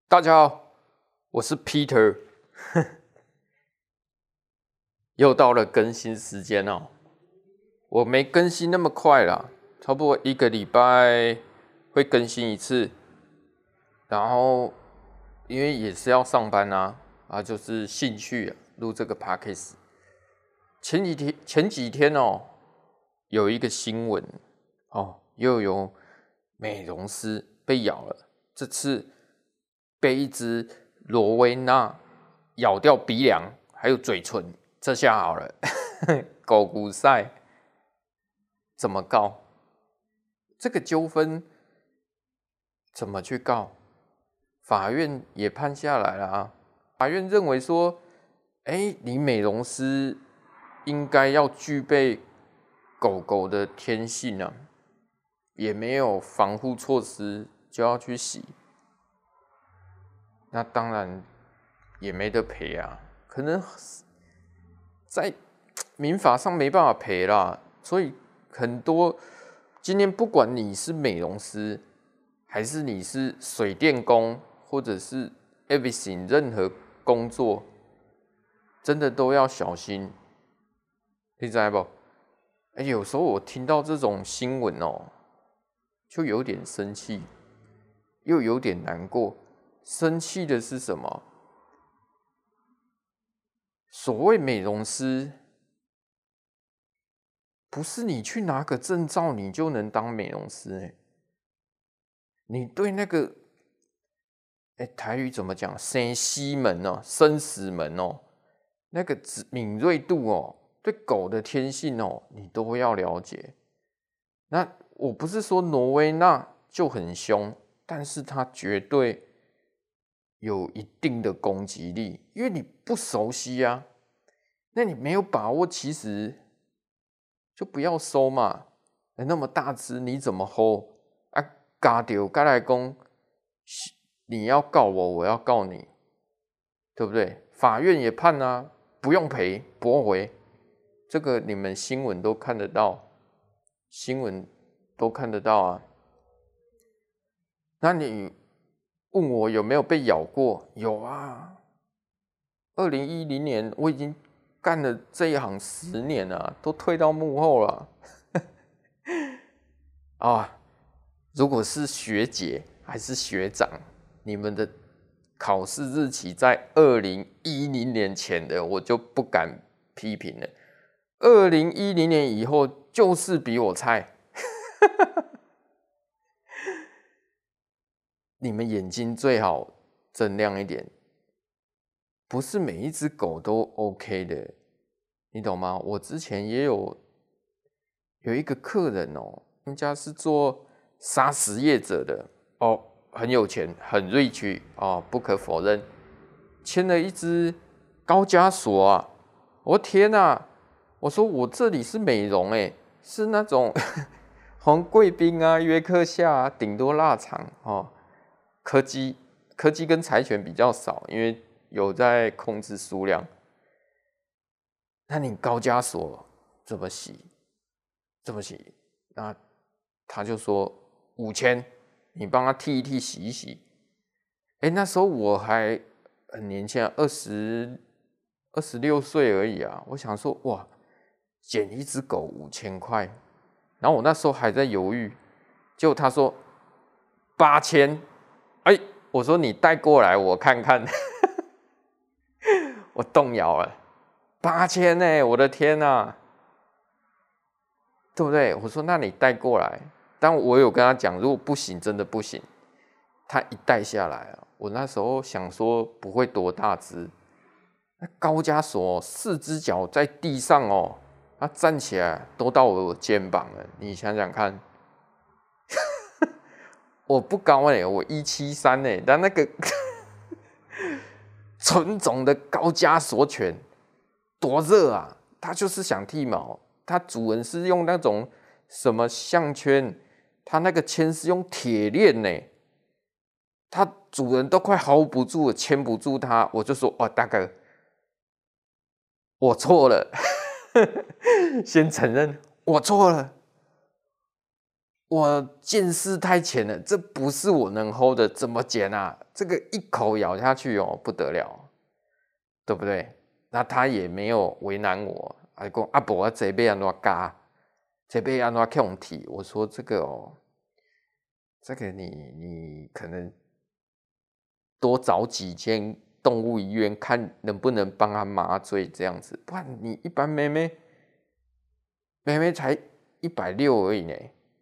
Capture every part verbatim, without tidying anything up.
大家好，我是 Peter， 又到了更新时间哦。我没更新那么快啦，差不多一个礼拜会更新一次。然后因为也是要上班啊，啊就是兴趣啊，录这个 podcast。前几天前几天哦，有一个新闻哦，又有美容师被咬了，这次被一只罗威纳咬掉鼻梁还有嘴唇，这下好了，狗骨赛怎么告？这个纠纷怎么去告？法院也判下来了啊。法院认为说，哎，你美容师应该要具备狗狗的天性啊，也没有防护措施就要去洗，那当然也没得赔啊，可能在民法上没办法赔啦。所以很多今天不管你是美容师，还是你是水电工，或者是 everything 任何工作，真的都要小心。你知道不？哎，有时候我听到这种新闻哦，就有点生气，又有点难过。生气的是什么？所谓美容师，不是你去拿个证照你就能当美容师哎、欸。你对那个，哎，台语怎么讲？生死门哦，生死门哦，那个敏锐度哦，对狗的天性哦，你都要了解。那我不是说挪威那就很凶，但是它绝对有一定的攻击力，因为你不熟悉啊，那你没有把握，其实就不要收嘛。那么大只你怎么 hold 啊？嘎丢该来攻，你要告我，我要告你，对不对？法院也判啊，不用赔，驳回。这个你们新闻都看得到，新闻都看得到啊。那你问我有没有被咬过？有啊。二零一零年我已经干了这一行十年了，都退到幕后了。啊，如果是学姐还是学长，你们的考试日期在二零一零年前的，我就不敢批评了。二零一零年以后就是比我菜。你们眼睛最好睁亮一点，不是每一只狗都 OK 的，你懂吗？我之前也有有一个客人哦，人家是做砂石业者的哦，很有钱，很 rich 哦，不可否认，牵了一只高加索啊，我天啊，我说我这里是美容哎，是那种红贵宾啊、约克夏啊，顶多腊肠哦。柯基，柯基跟柴犬比较少，因为有在控制数量。那你高加索怎么洗？怎么洗？那他就说五千，你帮他剃一剃、洗一洗。哎，那时候我还很年轻啊，二十二十六岁而已啊。我想说，哇，捡一只狗五千块，然后我那时候还在犹豫，结果他说八千。哎，我说你带过来我看看，我动摇了，八千呢，我的天啊，对不对？我说那你带过来，但我有跟他讲，如果不行，真的不行。他一带下来啊，我那时候想说不会多大只，那高加索四只脚在地上哦，他站起来都到我肩膀了，你想想看。我不高哎、欸，我一七三哎，但那个纯种的高加索犬多热啊！它就是想剃毛，它主人是用那种什么项圈，它那个牵是用铁链呢，它主人都快 hold 不住了，牵不住它，我就说哦，大哥，我错了，先承认我错了。 我见识太浅了，这不是我能 hold 的，怎么剪啊？这个一口咬下去哦，不得了，对不对？那他也没有为难我，还讲啊，不，我这边安怎加，这边安怎控体？我说这个哦，这个你你可能多找几间动物医院，看能不能帮他麻醉这样子，不然你一般妹妹，妹妹才一百六而已呢。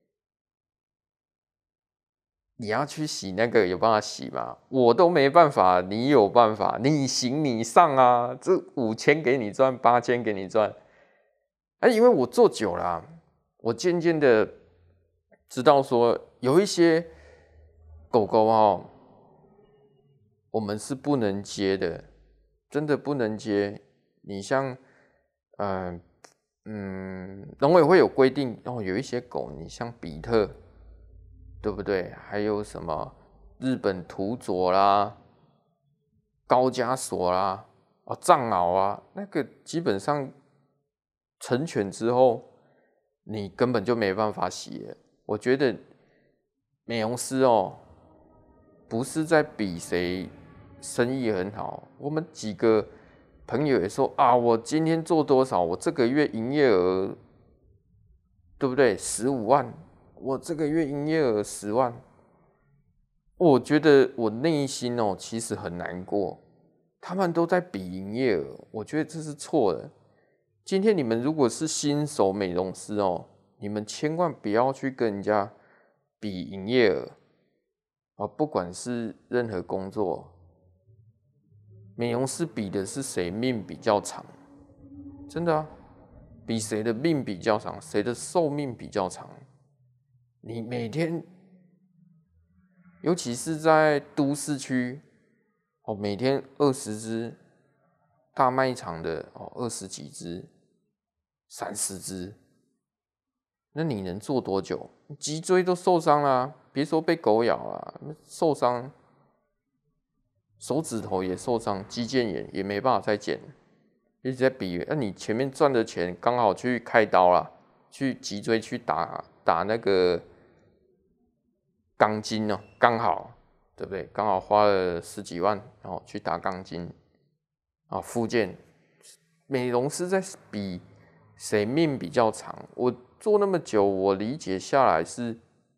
你要去洗那个有办法洗吗？我都没办法，你有办法，你行你上啊！这五千给你赚，八千给你赚。哎、啊，因为我做久了、啊，我渐渐的知道说，有一些狗狗哦，我们是不能接的，真的不能接。你像，呃，嗯，农委会有规定，哦，有一些狗，你像比特。对不对？还有什么日本土佐啦、高加索啦、哦藏獒啊，那个基本上成犬之后，你根本就没办法洗了。我觉得美容师哦，不是在比谁生意很好。我们几个朋友也说啊，我今天做多少，我这个月营业额，对不对？十五万。我这个月营业额十万，我觉得我内心哦其实很难过。他们都在比营业额，我觉得这是错的。今天你们如果是新手美容师哦，你们千万不要去跟人家比营业额啊，不管是任何工作，美容师比的是谁命比较长，真的啊，比谁的命比较长，谁的寿命比较长。你每天，尤其是在都市区，哦，每天二十只，大卖场的哦，二十几只，三十只，那你能做多久？脊椎都受伤啦，别说被狗咬了，受伤，手指头也受伤，肌腱炎也没办法再剪，一直在比。那你前面赚的钱刚好去开刀啦，去脊椎去打打那个。钢筋哦，刚好，对不对？刚好花了十几万，然后去打钢筋啊，复健。美容师在比谁命比较长。我做那么久，我理解下来是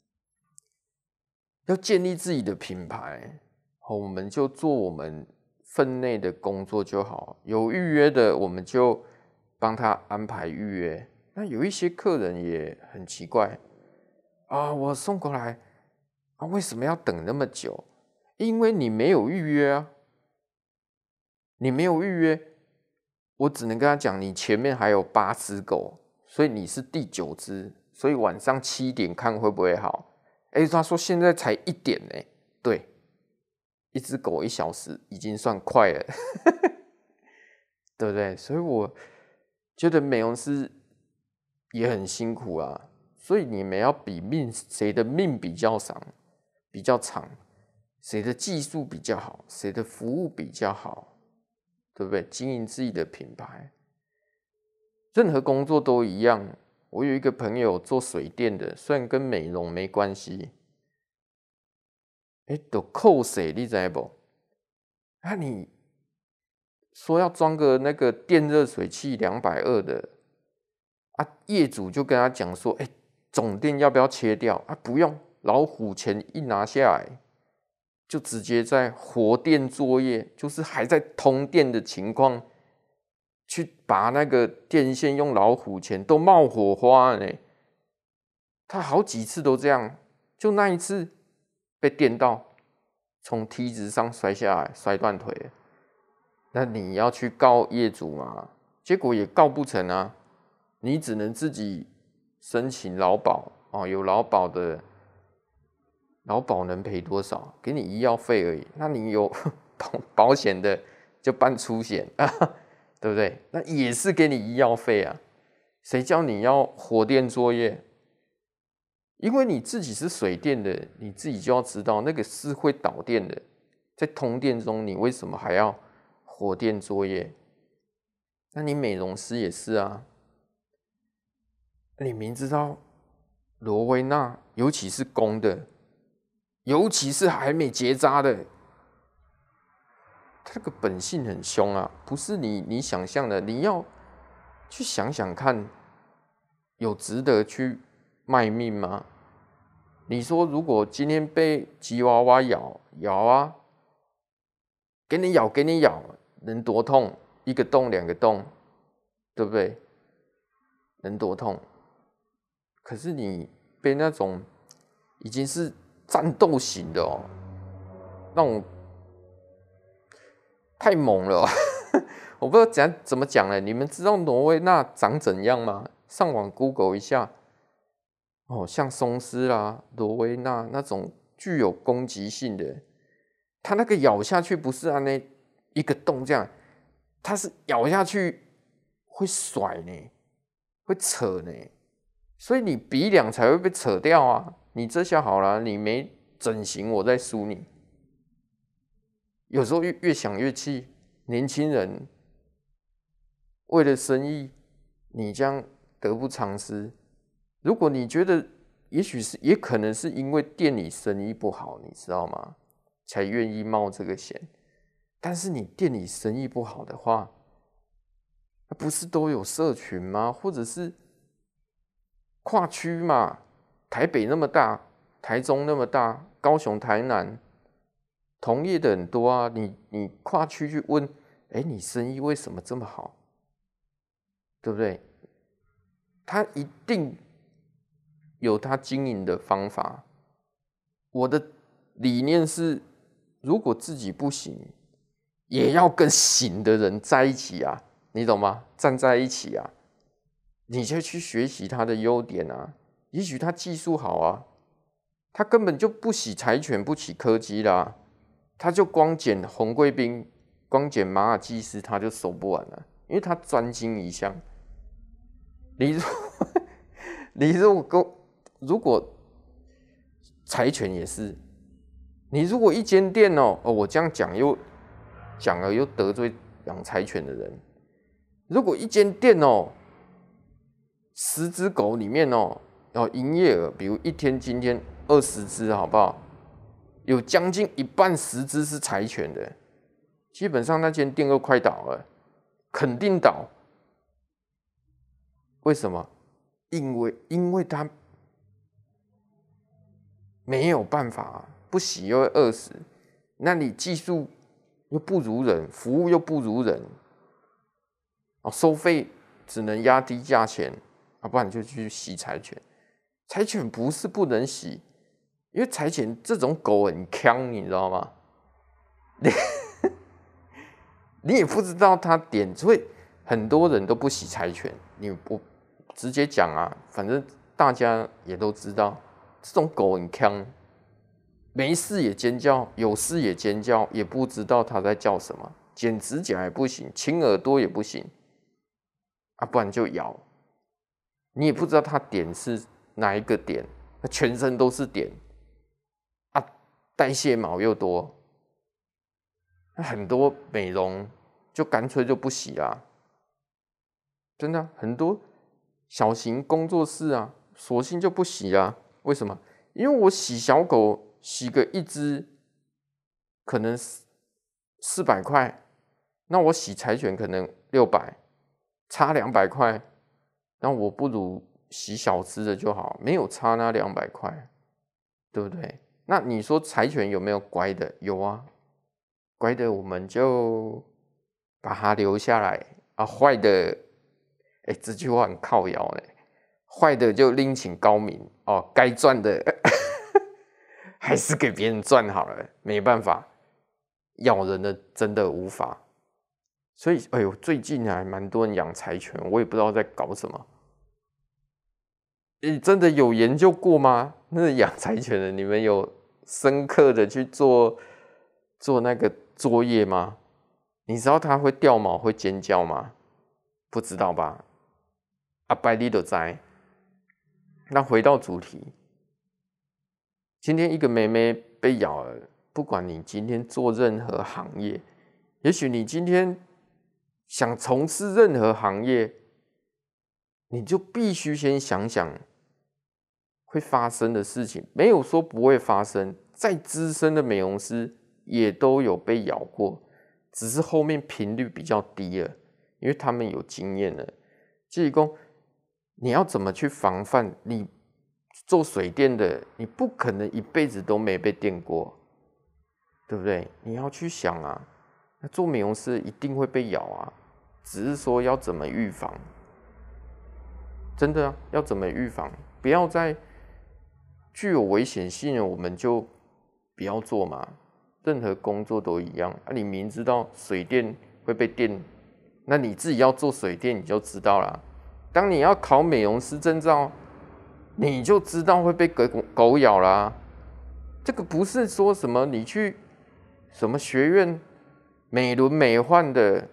要建立自己的品牌，我们就做我们分内的工作就好。有预约的，我们就帮他安排预约。那有一些客人也很奇怪啊，我送过来。啊，为什么要等那么久？因为你没有预约啊，你没有预约，我只能跟他讲，你前面还有八只狗，所以你是第九只，所以晚上七点看会不会好？哎，他说现在才一点呢，对，一只狗一小时已经算快了，对不对？所以我觉得美容师也很辛苦啊，所以你们要比命，谁的命比较长？比较长，谁的技术比较好，谁的服务比较好，对不对？经营自己的品牌，任何工作都一样。我有一个朋友做水电的，虽然跟美容没关系，哎，都扣水，你知不？啊，你说要装个那个电热水器两百二的，啊，业主就跟他讲说，哎，总电要不要切掉？啊，不用。老虎钳一拿下来，就直接在活电作业，就是还在通电的情况，去拔那个电线，用老虎钳都冒火花呢。他好几次都这样，就那一次被电到，从梯子上摔下来，摔断腿了。那你要去告业主嘛？结果也告不成啊，你只能自己申请劳保哦，有劳保的。劳保能赔多少？给你医药费而已。那你有保保险的就办出险啊，对不对？那也是给你医药费啊。谁叫你要火电作业？因为你自己是水电的，你自己就要知道那个是会导电的。在通电中，你为什么还要火电作业？那你美容师也是啊。你明知道罗威纳，尤其是公的，尤其是还没结扎的，它这个本性很凶啊，不是你你想象的。你要去想想看，有值得去卖命吗？你说如果今天被吉娃娃咬咬啊，给你咬给你咬，能多痛？一个洞两个洞，对不对？能多痛？可是你被那种已经是战斗型的哦，那种太猛了、哦，我不知道怎样怎么讲呢？你们知道挪威那长怎样吗？上网 Google 一下，哦，像松狮啦、挪威那那种具有攻击性的，它那个咬下去不是按那一个洞这样，它是咬下去会甩呢，会扯呢，所以你鼻梁才会被扯掉啊！你这下好了，你没整形，我再输你。有时候越越想越气，年轻人为了生意，你这样得不偿失。如果你觉得，也许是，也可能是因为店里生意不好，你知道吗？才愿意冒这个险。但是你店里生意不好的话，不是都有社群吗？或者是跨区嘛？台北那么大，台中那么大，高雄、台南，同业的很多啊。你你跨区去问，哎，你生意为什么这么好？对不对？他一定有他经营的方法。我的理念是，如果自己不行，也要跟行的人在一起啊，你懂吗？站在一起啊，你就去学习他的优点啊。也许他技术好啊，他根本就不洗柴犬，不洗柯基啦，他就光捡红贵宾，光捡马尔济斯，他就守不完了，因为他专精一项。你如你如果如果柴犬也是，你如果一间店哦，哦，我这样讲又讲了又得罪养柴犬的人。如果一间店哦，十只狗里面哦，哦，营业额，比如一天今天二十只，好不好？有将近一半十只是柴犬的，基本上那间店都快倒了，肯定倒。为什么？因为因为他没有办法，不洗又会饿死。那你技术又不如人，服务又不如人，哦，收费只能压低价钱，啊，不然你就去洗柴犬。柴犬不是不能洗，因为柴犬这种狗很呛，你知道吗？你你也不知道它点，所以很多人都不洗柴犬。你我直接讲啊，反正大家也都知道，这种狗很呛，没事也尖叫，有事也尖叫，也不知道它在叫什么。剪指甲也不行，清耳朵也不行，啊，不然就咬。你也不知道它点是哪一个点，它全身都是点，啊，代谢毛又多。很多美容就干脆就不洗啦，真的、啊、很多小型工作室啊，索性就不洗啦。为什么？因为我洗小狗洗个一只可能四百块，那我洗柴犬可能六百，差两百块，那我不如洗小只的就好，没有差那两百块，对不对？那你说柴犬有没有乖的？有啊。乖的我们就把它留下来啊，坏的，哎、欸，这句话很靠腰呢。坏的就另请高明哦，该赚的还是给别人赚好了，没办法，咬人的真的无法。所以，哎呦，最近还蛮多人养柴犬，我也不知道在搞什么。你真的有研究过吗？那养柴犬的，你们有深刻的去做做那个作业吗？你知道它会掉毛、会尖叫吗？不知道吧？啊，白你就知。那回到主题，今天一个妹妹被咬了，不管你今天做任何行业，也许你今天想从事任何行业，你就必须先想想会发生的事情，没有说不会发生。再资深的美容师也都有被咬过，只是后面频率比较低了，因为他们有经验了。就是说，你要怎么去防范？你做水电的，你不可能一辈子都没被电过，对不对？你要去想啊，那做美容师一定会被咬啊，只是说要怎么预防。真的啊，要怎么预防？不要在具有危险性的，我们就不要做嘛。任何工作都一样啊，你明知道水电会被电，那你自己要做水电，你就知道啦。当你要考美容师证照，你就知道会被狗狗咬啦。这个不是说什么你去什么学院美轮美奂的，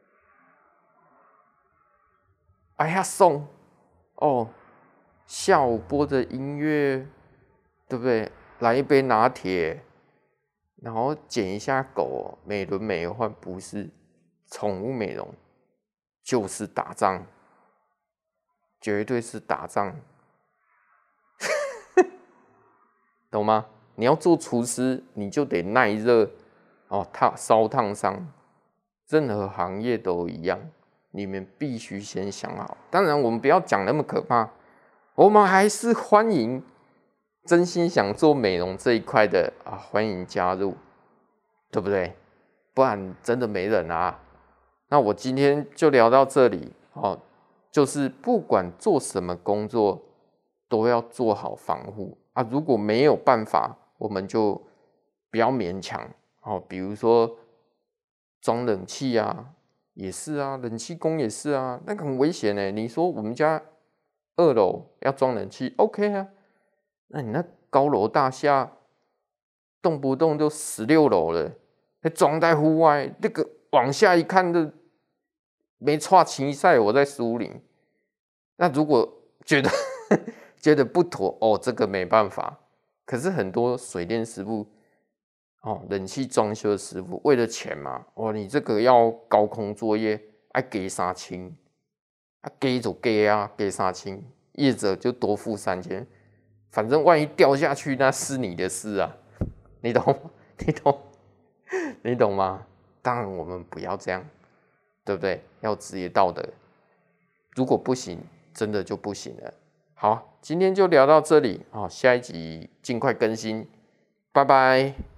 哎呀送哦，下午播着音乐，对不对？来一杯拿铁，然后剪一下狗，美轮美奂。不是，宠物美容就是打仗，绝对是打仗。懂吗？你要做厨师，你就得耐热哦，烫烧烫伤，任何行业都一样，你们必须先想好。当然，我们不要讲那么可怕，我们还是欢迎真心想做美容这一块的啊，欢迎加入，对不对？不然真的没人啊。那我今天就聊到这里哦，就是不管做什么工作，都要做好防护。啊，如果没有办法，我们就不要勉强哦。比如说装冷气啊，也是啊，冷气工也是啊，那个很危险呢。你说我们家二楼要装冷气 ，OK 啊？那你那高楼大厦，动不动就十六楼了，还装在户外，那个往下一看的没差青赛，我在树林。那如果觉得觉得不妥哦，这个没办法。可是很多水电师傅哦，冷气装修的师傅为了钱嘛，哦，你这个要高空作业，爱给三千，啊给就给啊，给三千，业者就多付三千，反正万一掉下去那是你的事啊，你懂？你懂？你懂吗？当然我们不要这样，对不对？要职业道德，如果不行，真的就不行了。好，今天就聊到这里，好，下一集尽快更新，拜拜。